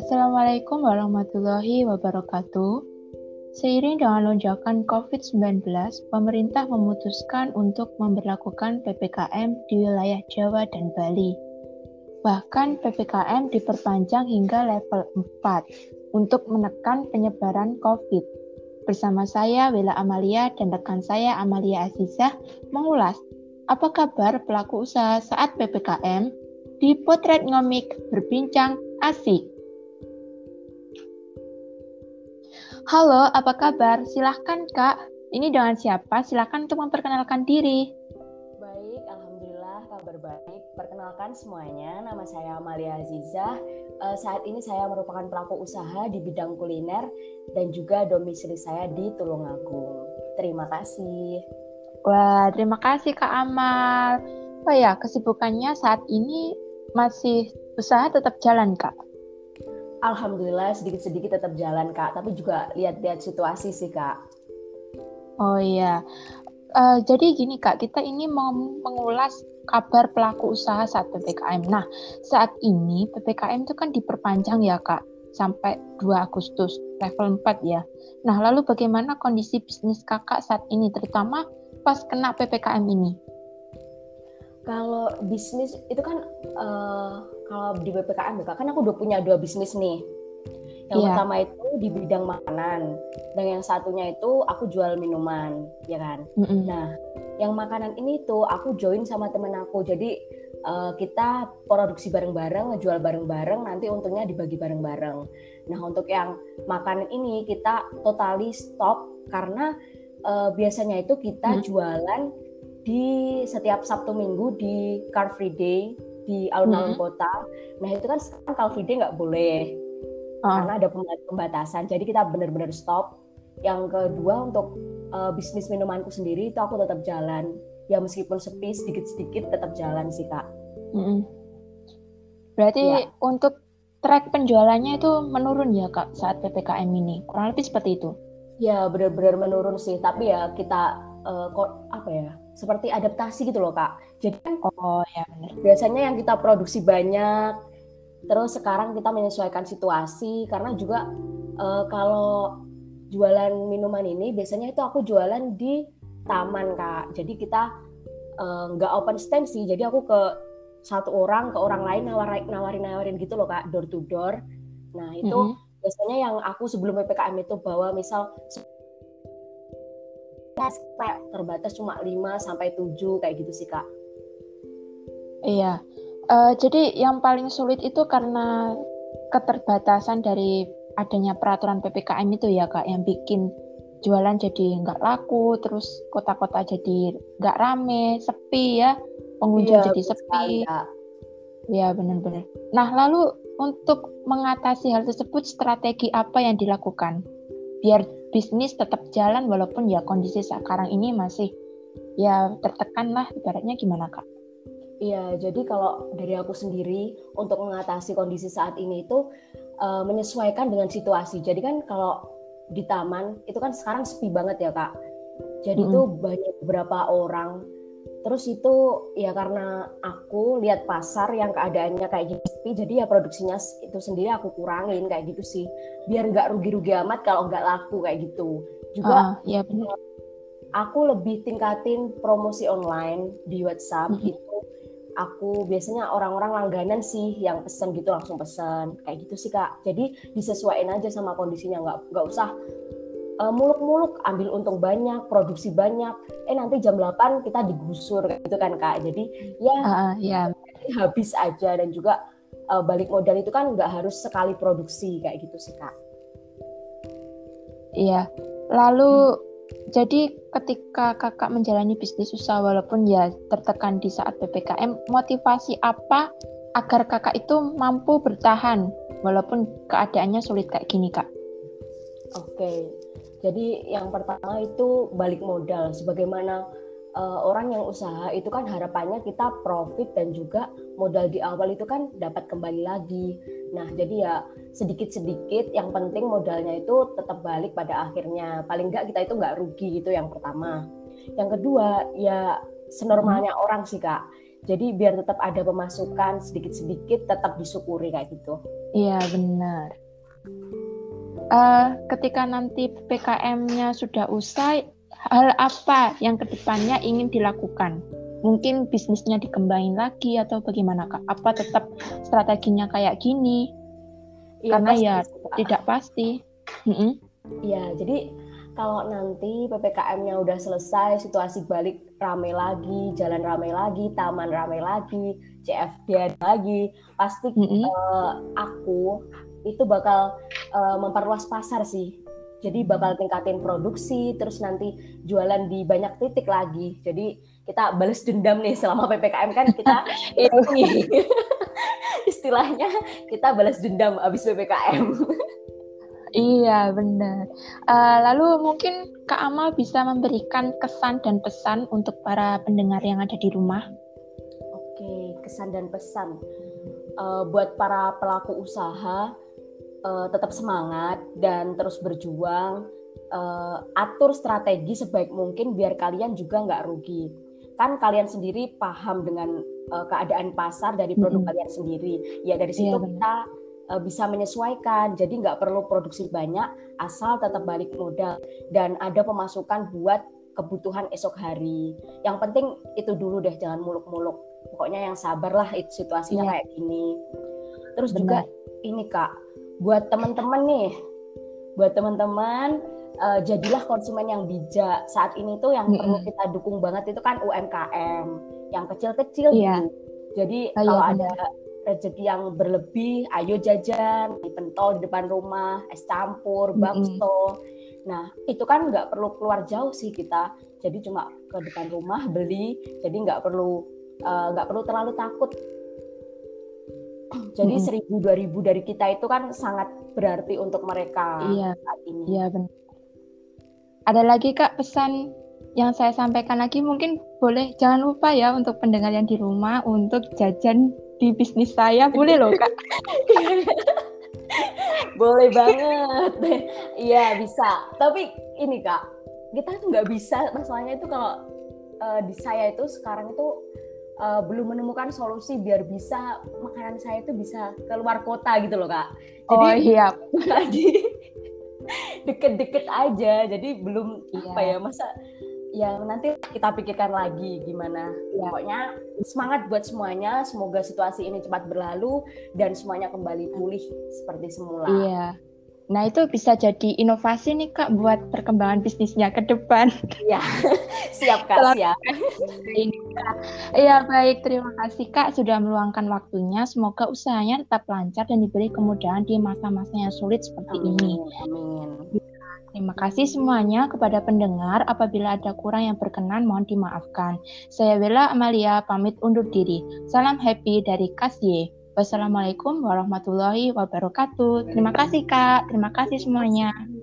Assalamualaikum warahmatullahi wabarakatuh. Seiring dengan lonjakan COVID-19, pemerintah memutuskan untuk memberlakukan PPKM di wilayah Jawa dan Bali. Bahkan PPKM diperpanjang hingga level 4 untuk menekan penyebaran COVID. Bersama saya, Wela Amalia, dan rekan saya, Amalia Azizah, mengulas apa kabar pelaku usaha saat PPKM di Potret Ngomik Berbincang Asik. Halo, apa kabar? Silahkan Kak. Ini dengan siapa? Silahkan untuk memperkenalkan diri. Baik, Alhamdulillah kabar baik. Perkenalkan semuanya, nama saya Amalia Azizah. Saat ini saya merupakan pelaku usaha di bidang kuliner dan juga domisili saya di Tulungagung. Terima kasih. Wah, terima kasih Kak Amal. Oh ya, kesibukannya saat ini masih usaha tetap jalan Kak? Alhamdulillah sedikit-sedikit tetap jalan Kak, tapi juga lihat-lihat situasi sih Kak. Oh iya, jadi gini Kak, kita ini mau mengulas kabar pelaku usaha saat PPKM. Nah, saat ini PPKM itu kan diperpanjang ya Kak, sampai 2 Agustus, level 4 ya. Nah, lalu bagaimana kondisi bisnis Kakak saat ini, terutama pas kena PPKM ini? Kalau bisnis itu kan kalau di PPKM ya Kak, kan aku udah punya 2 bisnis nih. Yang pertama itu di bidang makanan, dan yang satunya itu aku jual minuman, ya kan. Nah, yang makanan ini tuh aku join sama temen aku, jadi kita produksi bareng-bareng, ngejual bareng-bareng, nanti untungnya dibagi bareng-bareng. Nah, untuk yang makanan ini kita totally stop karena biasanya itu kita jualan di setiap Sabtu Minggu di Car Free Day di alun-alun kota. Nah, itu kan sekarang Car Free Day nggak boleh karena ada pembatasan. Jadi kita benar-benar stop. Yang kedua, untuk bisnis minumanku sendiri itu aku tetap jalan. Ya meskipun sepi sedikit-sedikit tetap jalan sih Kak. Berarti untuk track penjualannya itu menurun ya Kak saat PPKM ini? Kurang lebih seperti itu? Ya benar-benar menurun sih. Tapi ya kita seperti adaptasi gitu loh Kak. Jadi kan benar. Biasanya yang kita produksi banyak, terus sekarang kita menyesuaikan situasi karena juga kalau jualan minuman ini biasanya itu aku jualan di taman Kak. Jadi kita nggak open stand sih. Jadi aku ke satu orang ke orang lain nawarin gitu loh Kak, door to door. Nah itu biasanya yang aku sebelum PPKM itu bawa misal kayak terbatas cuma 5-7 kayak gitu sih Kak. Iya, jadi yang paling sulit itu karena keterbatasan dari adanya peraturan PPKM itu ya Kak, yang bikin jualan jadi nggak laku, terus kota-kota jadi nggak rame, sepi ya, pengunjung jadi sepi. Ya benar-benar. Nah lalu untuk mengatasi hal tersebut, strategi apa yang dilakukan biar bisnis tetap jalan walaupun ya kondisi sekarang ini masih ya tertekan lah, ibaratnya gimana Kak? Iya, jadi kalau dari aku sendiri untuk mengatasi kondisi saat ini itu menyesuaikan dengan situasi. Jadi kan kalau di taman itu kan sekarang sepi banget ya Kak. Jadi itu banyak beberapa orang. Terus itu ya karena aku lihat pasar yang keadaannya kayak gitu sepi, jadi ya produksinya itu sendiri aku kurangin kayak gitu sih. Biar nggak rugi-rugi amat kalau nggak laku kayak gitu. Juga ya benar. Aku lebih tingkatin promosi online di WhatsApp itu. Aku biasanya orang-orang langganan sih yang pesen gitu langsung pesen kayak gitu sih Kak. Jadi disesuaikan aja sama kondisinya, nggak usah muluk-muluk ambil untung banyak, produksi banyak. Nanti jam 8 kita digusur gitu kan Kak. Jadi habis aja, dan juga balik modal itu kan nggak harus sekali produksi kayak gitu sih Kak. Iya. Lalu jadi ketika Kakak menjalani bisnis usaha walaupun ya tertekan di saat PPKM, motivasi apa agar Kakak itu mampu bertahan walaupun keadaannya sulit kayak gini Kak? Oke. Jadi yang pertama itu balik modal. Sebagaimana orang yang usaha itu kan harapannya kita profit dan juga modal di awal itu kan dapat kembali lagi. Nah jadi ya sedikit-sedikit, yang penting modalnya itu tetap balik pada akhirnya. Paling nggak kita itu nggak rugi, itu yang pertama. Yang kedua ya senormalnya orang sih Kak. Jadi biar tetap ada pemasukan sedikit-sedikit, tetap disyukuri kayak gitu. Iya, benar. Ketika nanti PPKM-nya sudah usai, hal apa yang kedepannya ingin dilakukan? Mungkin bisnisnya dikembangin lagi atau bagaimana Kak? Apa tetap strateginya kayak gini? Iya, Karena pasti ya sih, Kak. tidak pasti. Iya, jadi kalau nanti PPKM-nya udah selesai, situasi balik rame lagi, jalan rame lagi, taman rame lagi, CFD ada lagi, pasti aku itu bakal memperluas pasar sih. Jadi bakal tingkatin produksi, terus nanti jualan di banyak titik lagi. Jadi kita balas dendam nih selama PPKM kan kita istilahnya kita balas dendam abis PPKM. Iya, benar. Lalu mungkin Kak Amal bisa memberikan kesan dan pesan untuk para pendengar yang ada di rumah. Oke, kesan dan pesan. Buat para pelaku usaha, tetap semangat dan terus berjuang. Atur strategi sebaik mungkin biar kalian juga nggak rugi. Kan kalian sendiri paham dengan keadaan pasar dari produk kalian sendiri. Ya dari situ kita bisa menyesuaikan, jadi nggak perlu produksi banyak, asal tetap balik modal dan ada pemasukan buat kebutuhan esok hari. Yang penting itu dulu deh, jangan muluk-muluk. Pokoknya yang sabar lah, situasinya kayak gini. Terus juga ini Kak, buat teman-teman jadilah konsumen yang bijak. Saat ini tuh yang perlu kita dukung banget itu kan UMKM, yang kecil-kecil gitu. Jadi kalau ada rezeki yang berlebih, ayo jajan di pentol di depan rumah, es campur, bakso. Nah, itu kan nggak perlu keluar jauh sih kita. Jadi cuma ke depan rumah beli, jadi nggak perlu terlalu takut. Jadi 1.000-2.000 dari kita itu kan sangat berarti untuk mereka saat ini. Iya, benar. Ada lagi Kak pesan yang saya sampaikan lagi, mungkin boleh, jangan lupa ya untuk pendengar yang di rumah untuk jajan di bisnis saya, boleh loh Kak. Boleh banget. Iya bisa. Tapi ini Kak, kita tuh nggak bisa, masalahnya itu kalau di saya itu sekarang itu belum menemukan solusi biar bisa makanan saya itu bisa keluar kota gitu loh Kak. Jadi tadi deket-deket aja, jadi belum apa ya, masa ya nanti kita pikirkan lagi gimana. Pokoknya semangat buat semuanya, semoga situasi ini cepat berlalu dan semuanya kembali pulih seperti semula. Iya. Nah itu bisa jadi inovasi nih Kak buat perkembangan bisnisnya ke depan. Iya, siap Kak, siap. Iya baik, terima kasih Kak sudah meluangkan waktunya. Semoga usahanya tetap lancar dan diberi kemudahan di masa-masa yang sulit seperti ini. Amin. Terima kasih semuanya kepada pendengar. Apabila ada kurang yang berkenan, mohon dimaafkan. Saya Bella Amalia, pamit undur diri. Salam happy dari Kasye. Wassalamualaikum warahmatullahi wabarakatuh. Terima kasih Kak. Terima kasih semuanya.